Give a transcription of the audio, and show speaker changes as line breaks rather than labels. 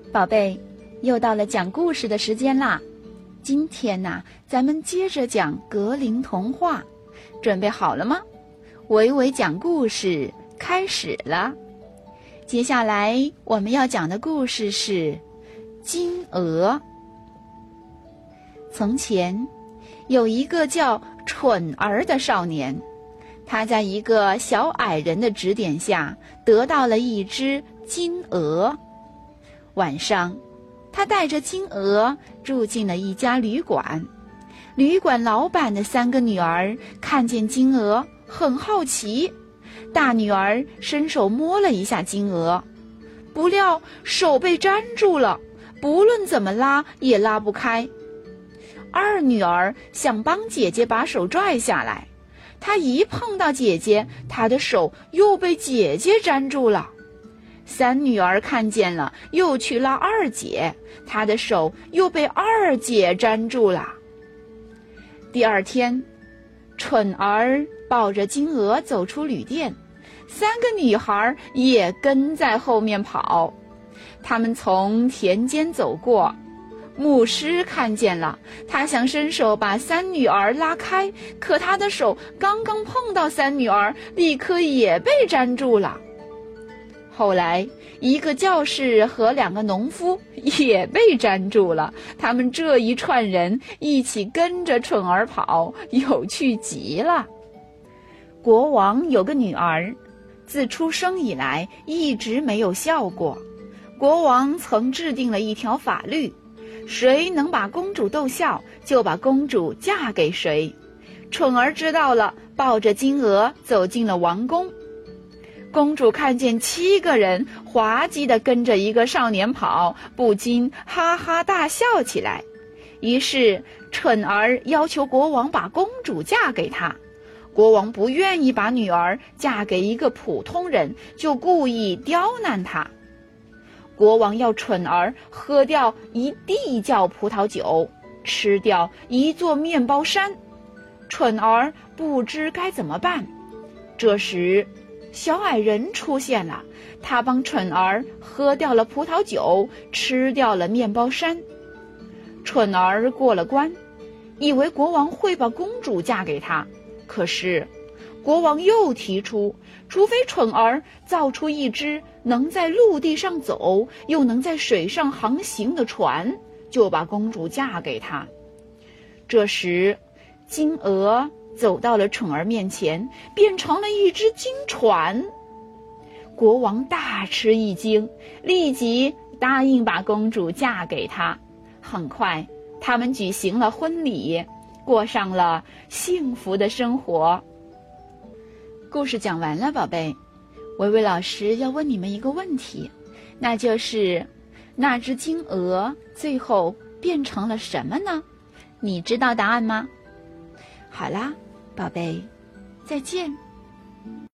宝贝，又到了讲故事的时间啦。今天呢，咱们接着讲格林童话，准备好了吗？维维讲故事开始了。接下来我们要讲的故事是金鹅。从前有一个叫蠢儿的少年，他在一个小矮人的指点下得到了一只金鹅。晚上，他带着金鹅住进了一家旅馆。旅馆老板的3个女儿看见金鹅很好奇，大女儿伸手摸了一下金鹅，不料手被粘住了，不论怎么拉也拉不开。二女儿想帮姐姐把手拽下来，她一碰到姐姐，她的手又被姐姐粘住了。三女儿看见了，又去拉二姐，她的手又被二姐粘住了。第二天，蠢儿抱着金鹅走出旅店，3个女孩也跟在后面跑。她们从田间走过，牧师看见了，他想伸手把3女儿拉开，可他的手刚刚碰到3女儿，立刻也被粘住了。后来，一个教士和2个农夫也被粘住了，他们这一串人一起跟着蠢儿跑，有趣极了。国王有个女儿，自出生以来一直没有笑过。国王曾制定了一条法律，谁能把公主逗笑，就把公主嫁给谁。蠢儿知道了，抱着金鹅走进了王宫。公主看见7个人滑稽地跟着一个少年跑，不禁哈哈大笑起来。于是蠢儿要求国王把公主嫁给他。国王不愿意把女儿嫁给一个普通人，就故意刁难他。国王要蠢儿喝掉一地窖葡萄酒，吃掉一座面包山。蠢儿不知该怎么办。这时小矮人出现了，他帮蠢儿喝掉了葡萄酒，吃掉了面包山。蠢儿过了关，以为国王会把公主嫁给他，可是国王又提出，除非蠢儿造出一只能在陆地上走又能在水上航行的船，就把公主嫁给他。这时金鹅走到了蠢儿面前，变成了一只金船。国王大吃一惊，立即答应把公主嫁给他。很快他们举行了婚礼，过上了幸福的生活。故事讲完了，宝贝，维维老师要问你们一个问题，那就是那只金鹅最后变成了什么呢？你知道答案吗？好啦，宝贝，再见。